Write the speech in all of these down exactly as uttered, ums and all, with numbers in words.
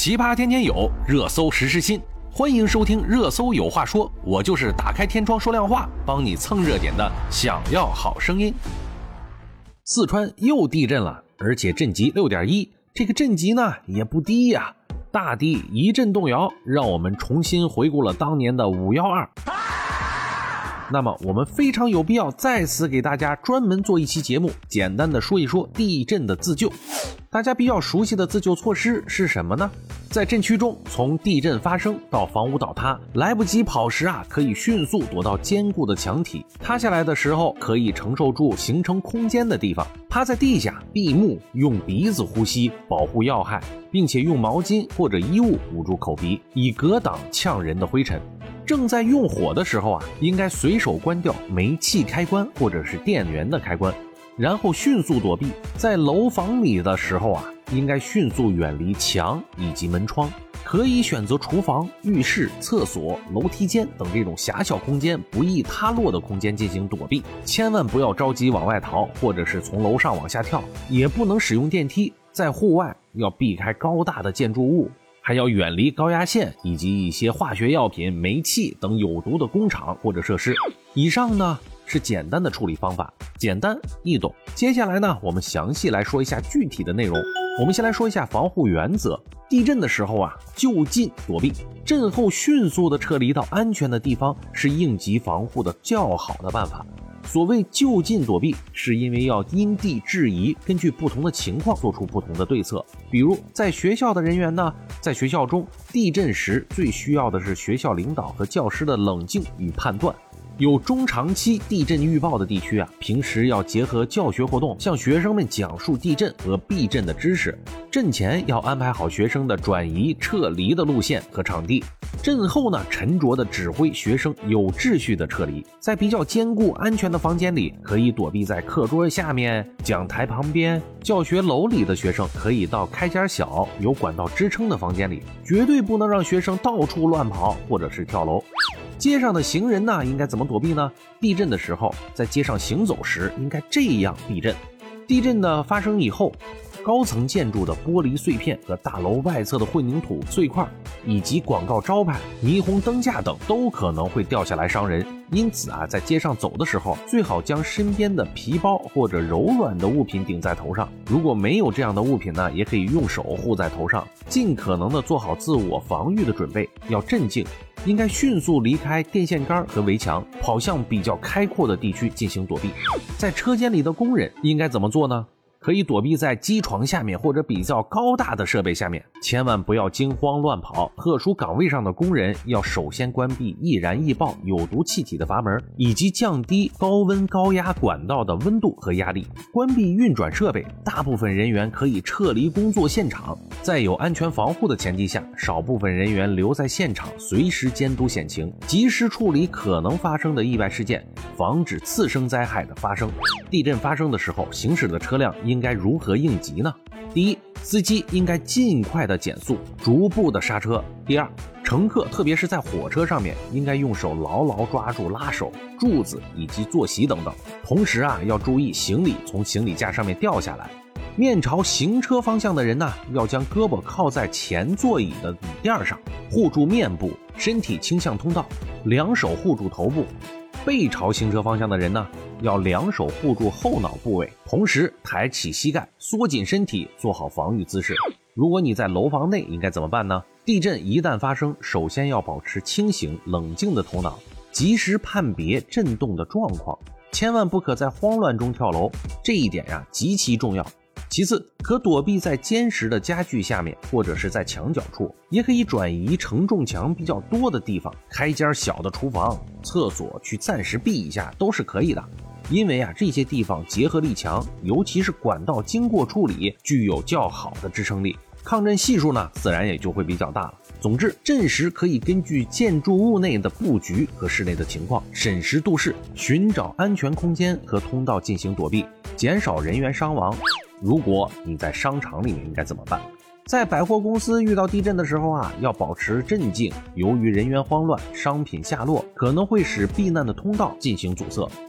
奇葩天天有，热搜时时新，欢迎收听热搜有话说，我就是打开天窗说亮话，帮你蹭热点的想要好声音。四川又地震了，而且震级 六点一， 这个震级呢也不低呀、啊，大地一震动摇，让我们重新回顾了当年的五一二。那么我们非常有必要再次给大家专门做一期节目，简单的说一说地震的自救。大家比较熟悉的自救措施是什么呢？在震区中，从地震发生到房屋倒塌，来不及跑时啊，可以迅速躲到坚固的墙体，塌下来的时候可以承受住形成空间的地方，趴在地下闭目，用鼻子呼吸保护要害，并且用毛巾或者衣物捂住口鼻，以隔挡呛人的灰尘。正在用火的时候啊，应该随手关掉煤气开关或者是电源的开关，然后迅速躲避。在楼房里的时候啊，应该迅速远离墙以及门窗，可以选择厨房、浴室、厕所、楼梯间等这种狭小空间不易塌落的空间进行躲避，千万不要着急往外逃，或者是从楼上往下跳，也不能使用电梯。在户外要避开高大的建筑物，还要远离高压线以及一些化学药品、煤气等有毒的工厂或者设施。以上呢是简单的处理方法，简单易懂。接下来呢，我们详细来说一下具体的内容。我们先来说一下防护原则。地震的时候啊，就近躲避，震后迅速的撤离到安全的地方，是应急防护的较好的办法。所谓就近躲避，是因为要因地制宜，根据不同的情况做出不同的对策。比如在学校的人员呢，在学校中地震时最需要的是学校领导和教师的冷静与判断。有中长期地震预报的地区啊，平时要结合教学活动，向学生们讲述地震和避震的知识。震前要安排好学生的转移、撤离的路线和场地。震后呢，沉着的指挥学生有秩序的撤离。在比较坚固安全的房间里，可以躲避在课桌下面、讲台旁边。教学楼里的学生可以到开间小、有管道支撑的房间里，绝对不能让学生到处乱跑或者是跳楼。街上的行人呢，应该怎么躲避呢？地震的时候，在街上行走时，应该这样避震。地震的发生以后，高层建筑的玻璃碎片和大楼外侧的混凝土碎块，以及广告招牌、霓虹灯架等都可能会掉下来伤人。因此啊，在街上走的时候，最好将身边的皮包或者柔软的物品顶在头上。如果没有这样的物品呢，也可以用手护在头上，尽可能的做好自我防御的准备。要镇静，应该迅速离开电线杆和围墙，跑向比较开阔的地区进行躲避。在车间里的工人应该怎么做呢？可以躲避在机床下面或者比较高大的设备下面，千万不要惊慌乱跑。特殊岗位上的工人要首先关闭易燃易爆有毒气体的阀门，以及降低高温高压管道的温度和压力，关闭运转设备。大部分人员可以撤离工作现场，在有安全防护的前提下，少部分人员留在现场，随时监督险情，及时处理可能发生的意外事件，防止次生灾害的发生。地震发生的时候，行驶的车辆应该如何应急呢？第一，司机应该尽快的减速，逐步的刹车。第二，乘客特别是在火车上面，应该用手牢牢抓住拉手、柱子以及坐席等等。同时啊，要注意行李从行李架上面掉下来。面朝行车方向的人呢，要将胳膊靠在前座椅的椅垫上，护住面部，身体倾向通道，两手护住头部。背朝行车方向的人呢，要两手护住后脑部位，同时抬起膝盖，缩紧身体，做好防御姿势。如果你在楼房内，应该怎么办呢？地震一旦发生，首先要保持清醒冷静的头脑，及时判别震动的状况，千万不可在慌乱中跳楼，这一点呀极其重要。其次，可躲避在坚实的家具下面，或者是在墙角处，也可以转移承重墙比较多的地方，开间小的厨房、厕所去暂时避一下都是可以的。因为啊，这些地方结合力强，尤其是管道经过处理，具有较好的支撑力，抗震系数呢自然也就会比较大了。总之，震时可以根据建筑物内的布局和室内的情况，审时度势，寻找安全空间和通道进行躲避，减少人员伤亡。如果你在商场里面应该怎么办？在百货公司遇到地震的时候啊，要保持镇静。由于人员慌乱，商品下落，可能会使避难的通道进行阻塞。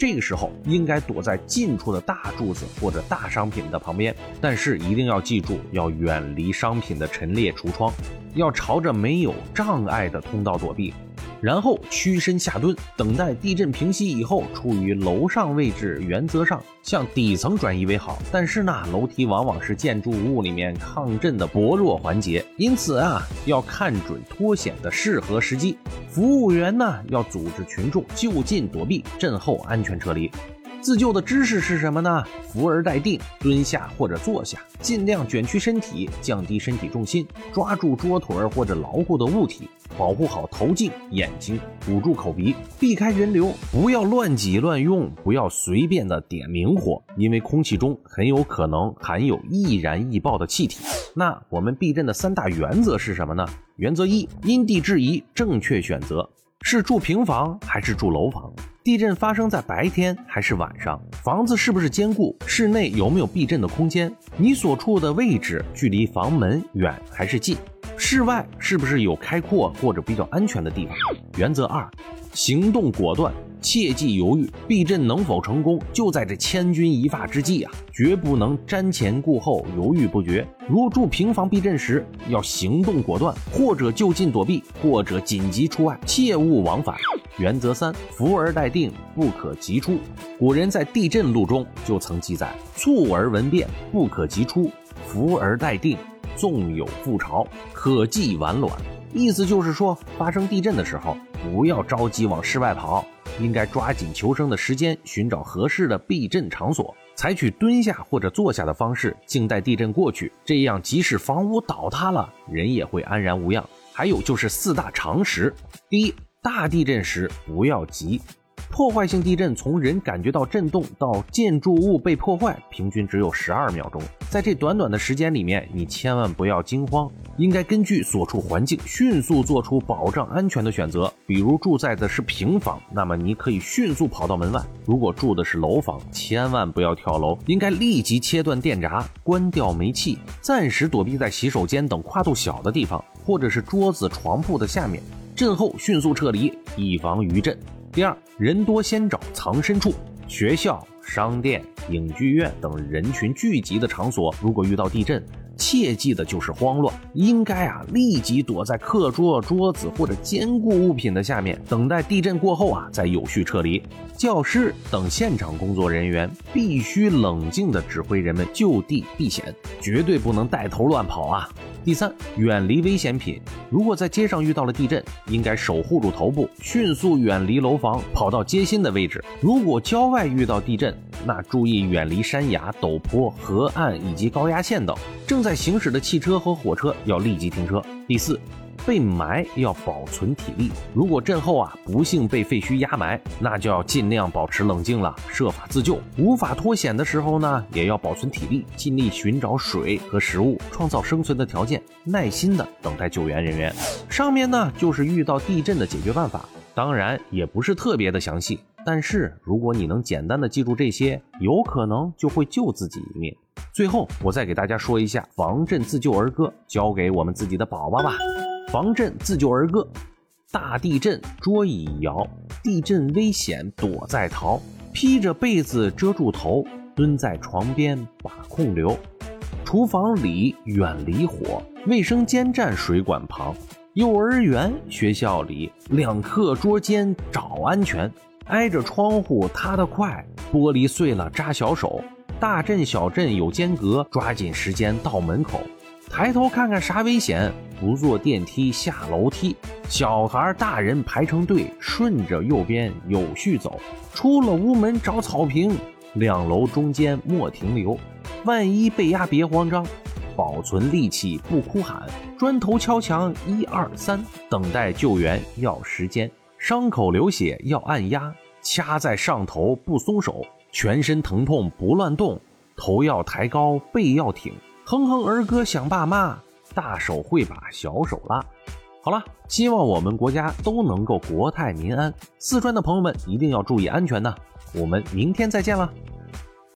这个时候应该躲在近处的大柱子或者大商品的旁边，但是一定要记住，要远离商品的陈列橱窗，要朝着没有障碍的通道躲避，然后屈身下蹲，等待地震平息以后，处于楼上位置，原则上向底层转移为好。但是呢，楼梯往往是建筑物里面抗震的薄弱环节，因此啊，要看准脱险的适合时机。服务员呢，要组织群众就近躲避，震后安全撤离。自救的知识是什么呢？扶而待定，蹲下或者坐下，尽量卷曲身体，降低身体重心，抓住桌腿或者牢固的物体，保护好头颈、眼睛，捂住口鼻，避开人流，不要乱挤乱用，不要随便的点明火，因为空气中很有可能含有易燃易爆的气体。那我们避震的三大原则是什么呢？原则一，因地制宜，正确选择。是住平房还是住楼房？地震发生在白天还是晚上？房子是不是坚固？室内有没有避震的空间？你所处的位置距离房门远还是近？室外是不是有开阔或者比较安全的地方？原则二，行动果断，切忌犹豫，避震能否成功就在这千钧一发之际啊，绝不能瞻前顾后，犹豫不决。如住平房避震时，要行动果断，或者就近躲避，或者紧急出外，切勿往返。原则三，扶而待定，不可急出。古人在地震录中就曾记载，促而闻变，不可急出，扶而待定，纵有覆巢，可计晚卵。意思就是说，发生地震的时候，不要着急往室外跑，应该抓紧求生的时间，寻找合适的避震场所，采取蹲下或者坐下的方式，静待地震过去，这样即使房屋倒塌了，人也会安然无恙。还有就是四大常识。第一，大地震时不要急。破坏性地震从人感觉到震动到建筑物被破坏，平均只有十二秒钟。在这短短的时间里面，你千万不要惊慌，应该根据所处环境迅速做出保障安全的选择。比如住在的是平房，那么你可以迅速跑到门外；如果住的是楼房，千万不要跳楼，应该立即切断电闸，关掉煤气，暂时躲避在洗手间等跨度小的地方，或者是桌子、床铺的下面。震后迅速撤离，以防余震。第二，人多先找藏身处。学校、商店、影剧院等人群聚集的场所，如果遇到地震，切记的就是慌乱，应该啊立即躲在课桌、桌子或者坚固物品的下面，等待地震过后啊再有序撤离。教师等现场工作人员必须冷静地指挥人们就地避险，绝对不能带头乱跑啊。第三，远离危险品。如果在街上遇到了地震，应该守护住头部，迅速远离楼房，跑到街心的位置。如果郊外遇到地震，那注意远离山崖、陡坡、河岸以及高压线等。正在行驶的汽车和火车要立即停车。第四，被埋要保存体力。如果震后啊不幸被废墟压埋，那就要尽量保持冷静了，设法自救。无法脱险的时候呢，也要保存体力，尽力寻找水和食物，创造生存的条件，耐心的等待救援人员。上面呢就是遇到地震的解决办法，当然也不是特别的详细，但是如果你能简单的记住这些，有可能就会救自己一命。最后我再给大家说一下防震自救儿歌，交给我们自己的宝宝吧。防震自救儿歌：大地震桌椅摇，地震危险躲在逃，披着被子遮住头，蹲在床边把控留。厨房里远离火，卫生间站水管旁，幼儿园学校里两课桌间找安全，挨着窗户塌得快，玻璃碎了扎小手，大震小震有间隔，抓紧时间到门口，抬头看看啥危险，不坐电梯下楼梯，小孩大人排成队，顺着右边有序走，出了屋门找草坪，两楼中间莫停留，万一被压别慌张，保存力气不哭喊，砖头敲墙一二三，等待救援要时间，伤口流血要按压，掐在上头不松手，全身疼痛不乱动，头要抬高背要挺，哼哼儿歌想爸妈，大手会把小手拉。好了，希望我们国家都能够国泰民安，四川的朋友们一定要注意安全呢。我们明天再见了。